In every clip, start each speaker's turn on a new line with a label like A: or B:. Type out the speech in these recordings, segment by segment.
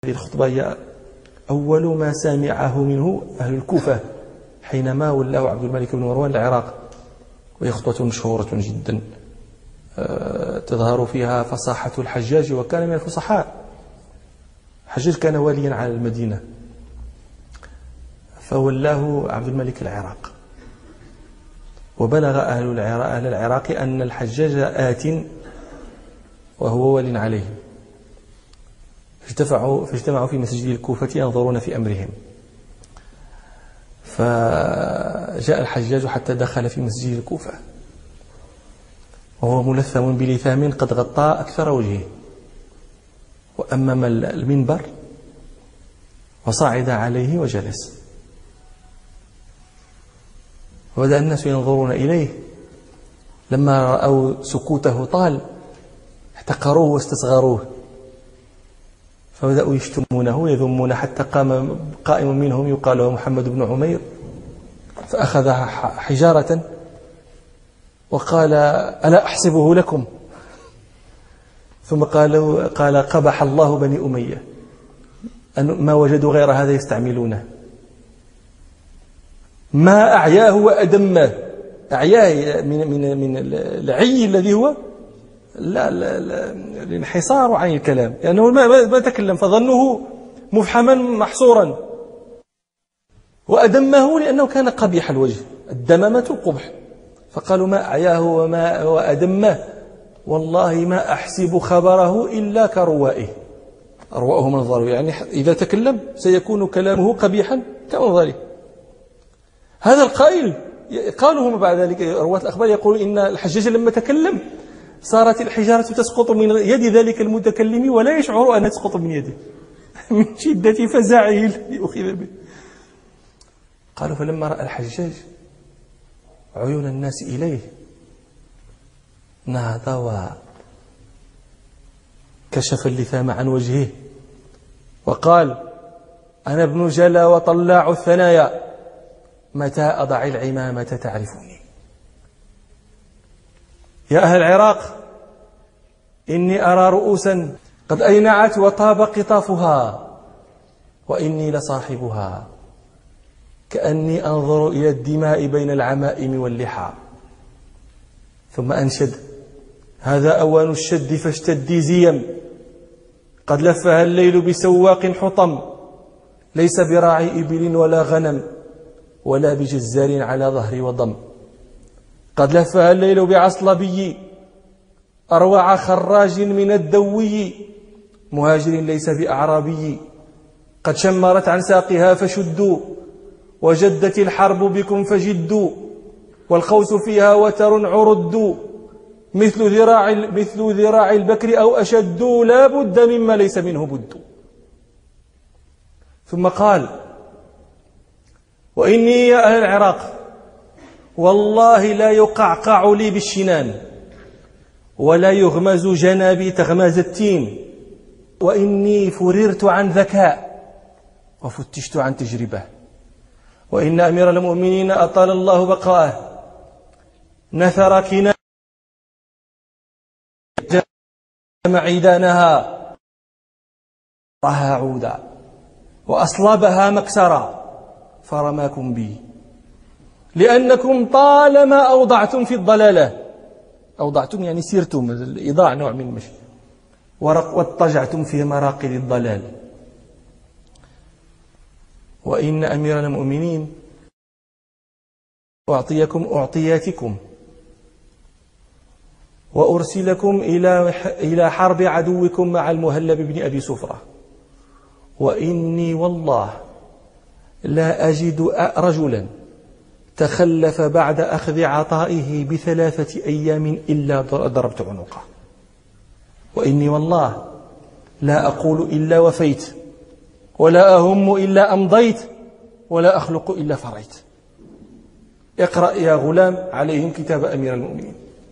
A: هذه الخطبة هي أول ما سمعه منه أهل الكوفة حينما ولاه عبد الملك بن مروان العراق، وهي خطبة مشهورة جدا تظهر فيها فصاحة الحجاج، وكان من الفصحاء. الحجاج كان واليا على المدينة، فولاه عبد الملك العراق، وبلغ أهل العراق أن الحجاج آت وهو ول عليهم، فاجتمعوا في مسجد الكوفة ينظرون في أمرهم. فجاء الحجاج حتى دخل في مسجد الكوفة وهو ملثم بلثام قد غطى أكثر وجهه، وأمم المنبر وصعد عليه وجلس، وبدأ الناس ينظرون إليه. لما رأوا سكوته طال احتقروه واستصغروه، فبدأوا يشتمونه ويذمونه، حتى قام قائم منهم يقال له محمد بن عمير، فأخذ حجارة وقال: ألا أحسبه لكم؟ ثم قال: قبح الله بني أمية، أن ما وجدوا غير هذا يستعملونه، ما أعياه وأدمه. أعياه من العي الذي هو الانحصار عن الكلام، لأنه ما تكلم، فظنه مفحما محصورا. وأدمه لأنه كان قبيح الوجه، الدمامة قبح، فقالوا: ما أعياه وأدمه، والله ما أحسب خبره إلا كروائه. أروائه منظره، يعني إذا تكلم سيكون كلامه قبيحا كمنظره. هذا القائل قالوا هم بعد ذلك رواة الأخبار يقول إن الحجاج لما تكلم صارت الحجارة تسقط من يد ذلك المتكلم ولا يشعر أنها تسقط من يده من شدة فزعه الذي أخذ به. قالوا: فلما رأى الحجاج عيون الناس إليه نهض وكشف اللثام عن وجهه وقال: أنا ابن جلا وطلاع الثنايا، متى أضع العمامة تعرفوني. يا أهل العراق، إني أرى رؤوسا قد أينعت وطاب قطافها، وإني لصاحبها، كأني أنظر إلى الدماء بين العمائم واللحى. ثم أنشد: هذا أوان الشد فاشتدي زيم، قد لفها الليل بسواق حطم، ليس براعي إبل ولا غنم، ولا بجزار على ظهر وضم. قد لفها الليل بعصلبي، أروع خراج من الدوي، مهاجر ليس بأعرابي. قد شمرت عن ساقها فشدوا، وجدت الحرب بكم فجدوا، والقوس فيها وتر عرد، مثل ذراع البكر أو أشد، لا بد مما ليس منه بد. ثم قال: وإني يا أهل العراق والله لا يقعقع لي بالشنان، ولا يغمز جنابي تغماز التين، وإني فررت عن ذكاء وفتشت عن تجربة، وإن أمير المؤمنين أطال الله بقاءه نثر كنانها عيدانها رها عودا، وأصلبها مكسرا، فرماكم بي، لأنكم طالما أوضعتم في الضلالة، أوضعتم يعني سيرتم، الإضاع نوع من المشي، واضطجعتم في مراقد الضلال. وإن أمير المؤمنين أعطيكم أعطياتكم، وأرسلكم إلى حرب عدوكم مع المهلب بن أبي سفرة، وإني والله لا أجد رجلا تخلف بعد أخذ عطائه ب3 أيام إلا ضربت عنقه، وإني والله لا أقول إلا وفيت، ولا أهم إلا أمضيت، ولا أخلق إلا فريت. اقرأ يا غلام عليهم كتاب أمير المؤمنين.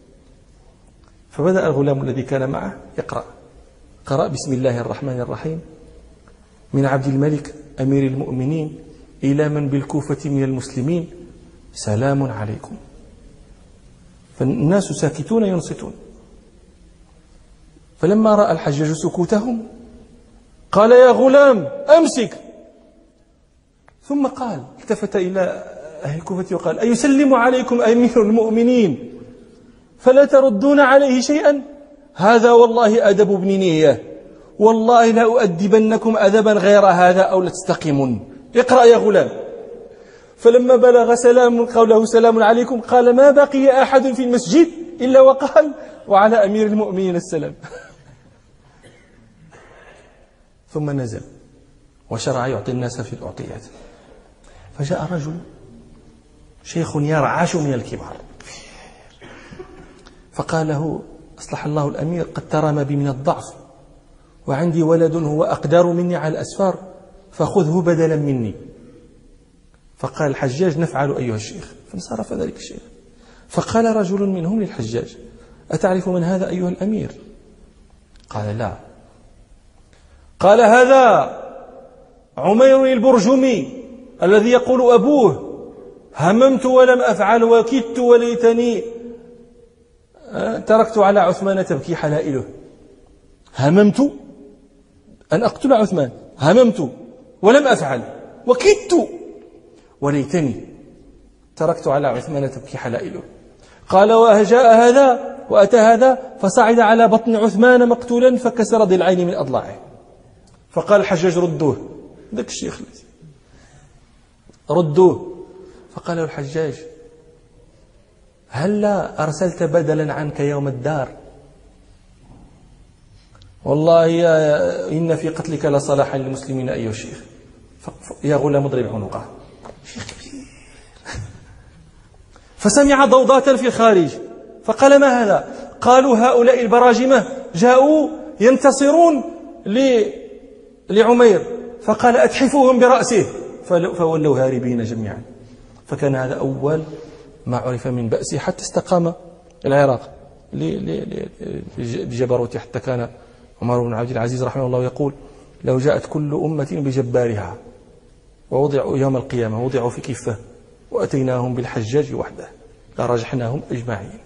A: فبدأ الغلام الذي كان معه يقرأ، قرأ: بسم الله الرحمن الرحيم، من عبد الملك أمير المؤمنين إلى من بالكوفة من المسلمين، سلام عليكم. فالناس ساكتون ينصتون. فلما رأى الحجاج سكوتهم قال يا غلام أمسك. ثم قال التفت إلى أهل الكوفة وقال أيسلم عليكم أمير المؤمنين فلا تردون عليه شيئا؟ هذا والله أدب ابن نية، والله لا أؤدبنكم أدبا غير هذا أو لتستقيمون. اقرأ يا غلام. فلما بلغ سلام قوله سلام عليكم قال ما بقي أحد في المسجد إلا وقال وعلى أمير المؤمنين السلام. ثم نزل وشرع يعطي الناس في الأعطيات. فجاء رجل شيخ يرعش من الكبار فقال له أصلح الله الأمير قد ترى ما بي من الضعف وعندي ولد هو أقدر مني على الأسفار فخذه بدلا مني. فقال الحجاج نفعل أيها الشيخ. فانصرف ذلك الشيخ. فقال رجل منهم للحجاج أتعرف من هذا أيها الأمير؟ قال لا. قال هذا عمير البرجمي الذي يقول أبوه هممت ولم أفعل وكدت وليتني تركت على عثمان تبكي حلائله. هممت أن أقتل عثمان، هممت ولم أفعل وكدت وليتني تركت على عثمان تبكي حلائله. قال وجاء هذا وأتى هذا فصعد على بطن عثمان مقتولا فكسر ضلعين من أضلاعه. فقال الحجاج ردوه، ذاك الشيخ ردوه. فقال له الحجاج هلا أرسلت بدلا عنك يوم الدار؟ والله إن في قتلك لصلاحا للمسلمين أيها الشيخ. يا غلام اضرب عنقه. شيخ كبير. فسمع ضوضاء في الخارج فقال ما هذا؟ قالوا هؤلاء البراجمة جاءوا ينتصرون لعمير. فقال أتحفوهم برأسه فولوا هاربين جميعا. فكان هذا أول ما عرف من بأسه حتى استقام العراق لجبروته. حتى كان عمر بن عبد العزيز رحمه الله يقول لو جاءت كل أمة بجبارها ووضعوا يوم القيامة وضعوا في كفة وأتيناهم بالحجاج وحده لرجحناهم أجمعين.